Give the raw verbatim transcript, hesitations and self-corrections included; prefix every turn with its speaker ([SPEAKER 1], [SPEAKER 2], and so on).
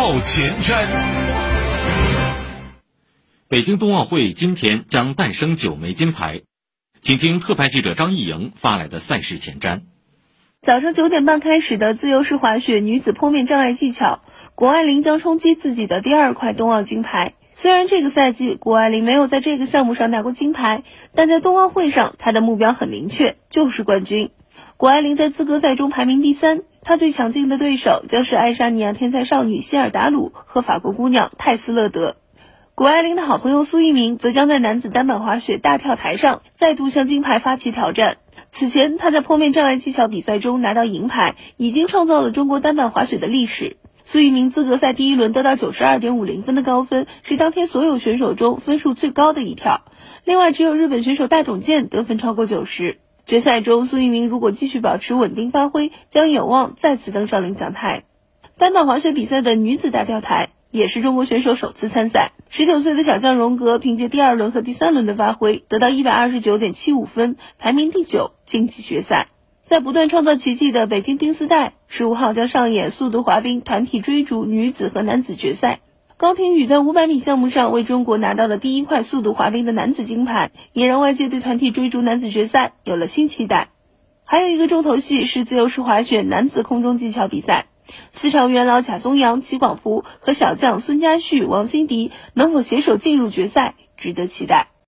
[SPEAKER 1] 靠前瞻。
[SPEAKER 2] 北京冬奥会今天将诞生九枚金牌，请听特派记者张艺莹发来的赛事前瞻。
[SPEAKER 3] 早上九点半开始的自由式滑雪女子坡面障碍技巧，谷爱凌将冲击自己的第二块冬奥金牌。虽然这个赛季谷爱凌没有在这个项目上拿过金牌，但在冬奥会上她的目标很明确，就是冠军。谷爱凌在资格赛中排名第三，她最强劲的对手将是爱沙尼亚天才少女希尔达鲁和法国姑娘泰斯勒德。谷爱凌的好朋友苏翊鸣则将在男子单板滑雪大跳台上再度向金牌发起挑战。此前他在坡面障碍技巧比赛中拿到银牌，已经创造了中国单板滑雪的历史。苏翊鸣资格赛第一轮得到 九十二点五零 分的高分，是当天所有选手中分数最高的一跳。另外只有日本选手大冢健得分超过九十。决赛中苏翊鸣如果继续保持稳定发挥，将有望再次登上领奖台。单板滑雪比赛的女子大跳台也是中国选手首次参赛。十九岁的小将荣格凭借第二轮和第三轮的发挥，得到 一百二十九点七五 分，排名第九，晋级决赛。在不断创造奇迹的北京丁丝带，十五号将上演速度滑冰团体追逐女子和男子决赛。高亭宇在五百米项目上为中国拿到了第一块速度滑冰的男子金牌，也让外界对团体追逐男子决赛有了新期待。还有一个重头戏是自由式滑雪男子空中技巧比赛，四朝元老贾宗洋、齐广璞和小将孙佳旭、王欣迪能否携手进入决赛，值得期待。